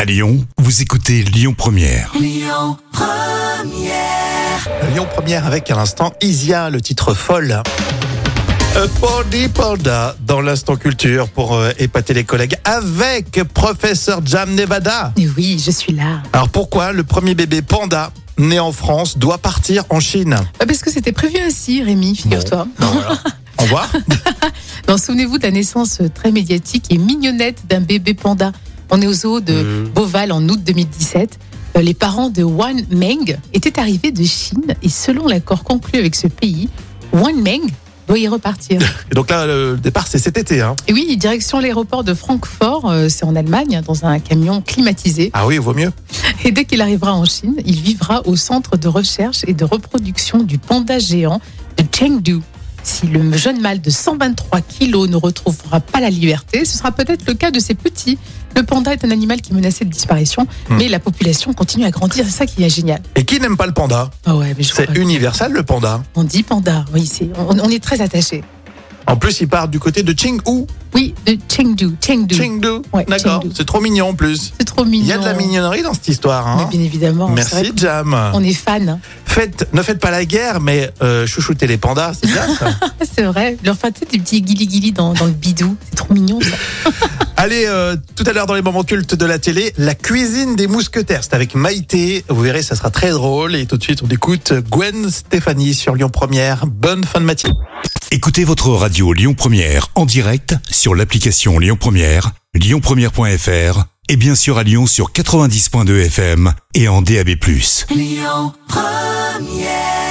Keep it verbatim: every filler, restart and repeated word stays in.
À Lyon, vous écoutez Lyon Première. Lyon Première. Lyon Première avec à l'instant Isia, le titre Folle. Euh, Pandi Panda dans l'instant culture pour euh, épater les collègues avec professeur Jam Nevada. Et oui, je suis là. Alors pourquoi le premier bébé panda né en France doit partir en Chine? Bah, Parce que c'était prévu ainsi, Rémi, figure-toi. Bon, voilà. Au revoir. Non, souvenez-vous de la naissance très médiatique et mignonnette d'un bébé panda. On est au zoo de Mmh. Beauval en août deux mille dix-sept. Euh, Les parents de Wan Meng étaient arrivés de Chine et selon l'accord conclu avec ce pays, Wan Meng doit y repartir. Et donc là, le départ, c'est cet été. Hein. Et oui, direction l'aéroport de Francfort, euh, c'est en Allemagne, dans un camion climatisé. Ah oui, vaut mieux. Et dès qu'il arrivera en Chine, il vivra au centre de recherche et de reproduction du panda géant de Chengdu. Si le jeune mâle de cent vingt-trois kilos ne retrouvera pas la liberté, ce sera peut-être le cas de ses petits. Le panda est un animal qui est menacé de disparition, Hmm. mais la population continue à grandir, c'est ça qui est génial. Et qui n'aime pas le panda? Ah ouais, mais je C'est crois- universel, le panda. On dit panda, oui, c'est, on, on est très attachés. En plus, il part du côté de Chengdu. Oui, de Chengdu, Chengdu. Chengdu. Ouais, D'accord. Chengdu. C'est trop mignon en plus. C'est trop mignon. Il y a de la mignonnerie dans cette histoire. Hein. Mais bien évidemment. c'est vrai Merci, Jam. qu'on est fan. Faites, ne faites pas la guerre, mais euh, chouchoutez les pandas, c'est bien ça. C'est vrai. Leur faire tu sais, des petits guili-guili dans, dans le bidou. C'est trop mignon, ça. Allez, euh, tout à l'heure dans les moments cultes de la télé, la cuisine des mousquetaires. C'est avec Maïté. Vous verrez, ça sera très drôle. Et tout de suite, on écoute Gwen Stéphanie sur Lyon Première. Bonne fin de matinée. Écoutez votre radio Lyon Première en direct sur l'application Lyon Première, lyon première point f r et bien sûr à Lyon sur quatre-vingt-dix point deux F M et en D A B plus. Lyon Première.